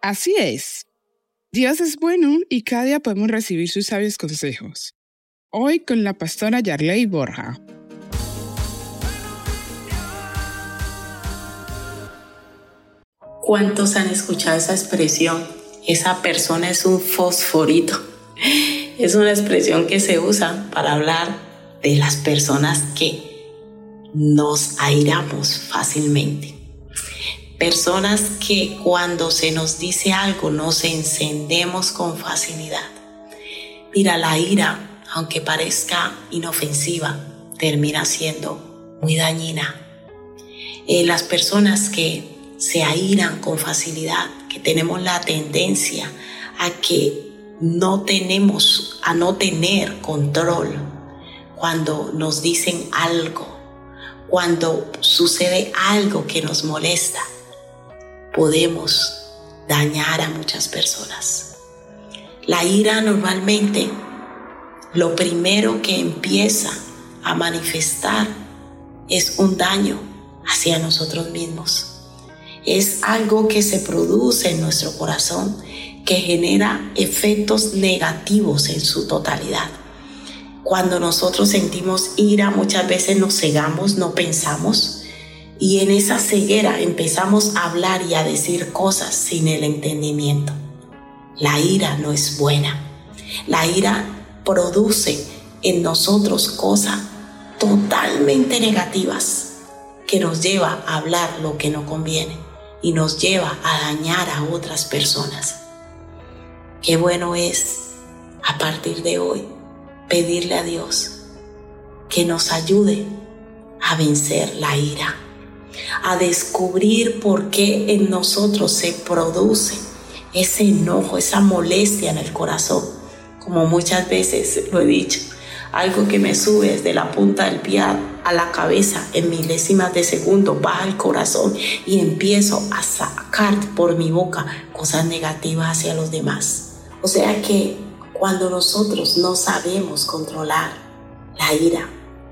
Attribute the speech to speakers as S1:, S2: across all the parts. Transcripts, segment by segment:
S1: Así es. Dios es bueno y cada día podemos recibir sus sabios consejos. Hoy con la pastora Yarley Borja.
S2: ¿Cuántos han escuchado esa expresión? Esa persona es un fosforito. Es una expresión que se usa para hablar de las personas que nos airamos fácilmente. Personas que cuando se nos dice algo nos encendemos con facilidad. Mira, la ira, aunque parezca inofensiva, termina siendo muy dañina. Las personas que se airan con facilidad, que tenemos la tendencia a no tener control cuando nos dicen algo, cuando sucede algo que nos molesta, podemos dañar a muchas personas. La ira normalmente, lo primero que empieza a manifestar es un daño hacia nosotros mismos. Es algo que se produce en nuestro corazón, que genera efectos negativos en su totalidad. Cuando nosotros sentimos ira, muchas veces nos cegamos, no pensamos, y en esa ceguera empezamos a hablar y a decir cosas sin el entendimiento. La ira no es buena. La ira produce en nosotros cosas totalmente negativas que nos lleva a hablar lo que no conviene y nos lleva a dañar a otras personas. Qué bueno es, a partir de hoy, pedirle a Dios que nos ayude a vencer la ira, a descubrir por qué en nosotros se produce ese enojo, esa molestia en el corazón. Como muchas veces lo he dicho, algo que me sube desde la punta del pie a la cabeza en milésimas de segundo, va al corazón y empiezo a sacar por mi boca cosas negativas hacia los demás. O sea que cuando nosotros no sabemos controlar la ira,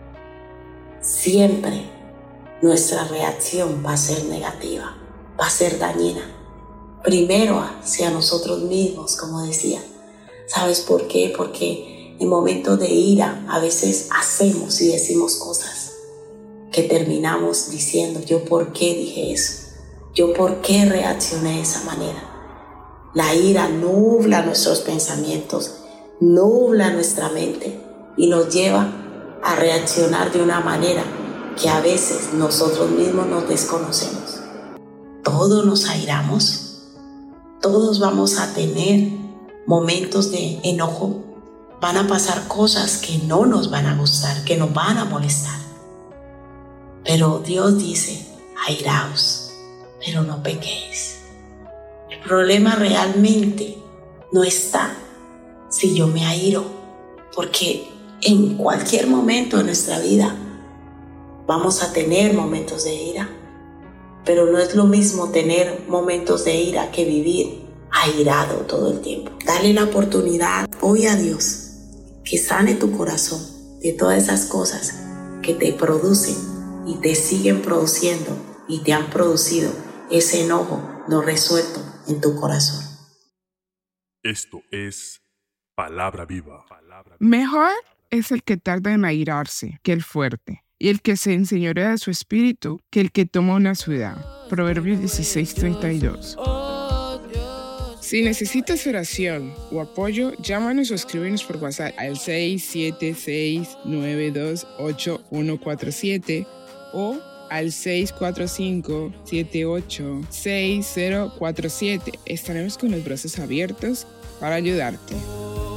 S2: siempre nuestra reacción va a ser negativa, va a ser dañina. Primero hacia nosotros mismos, como decía. ¿Sabes por qué? Porque en momentos de ira a veces hacemos y decimos cosas que terminamos diciendo, ¿yo por qué dije eso? ¿Yo por qué reaccioné de esa manera? La ira nubla nuestros pensamientos, nubla nuestra mente y nos lleva a reaccionar de una manera que a veces nosotros mismos nos desconocemos. Todos nos airamos, todos vamos a tener momentos de enojo, van a pasar cosas que no nos van a gustar, que nos van a molestar. Pero Dios dice, airaos, pero no pequéis. El problema realmente no está si yo me airo, porque en cualquier momento de nuestra vida vamos a tener momentos de ira, pero no es lo mismo tener momentos de ira que vivir airado todo el tiempo. Dale la oportunidad hoy a Dios que sane tu corazón de todas esas cosas que te producen y te siguen produciendo y te han producido ese enojo no resuelto en tu corazón.
S3: Esto es Palabra Viva.
S1: Mejor es el que tarda en airarse que el fuerte, y el que se enseñorea de su espíritu que el que toma una ciudad. Proverbios 16:32. Si necesitas oración o apoyo, llámanos o escríbenos por WhatsApp al 676-928-147 o al 645-786047. Estaremos con los brazos abiertos para ayudarte.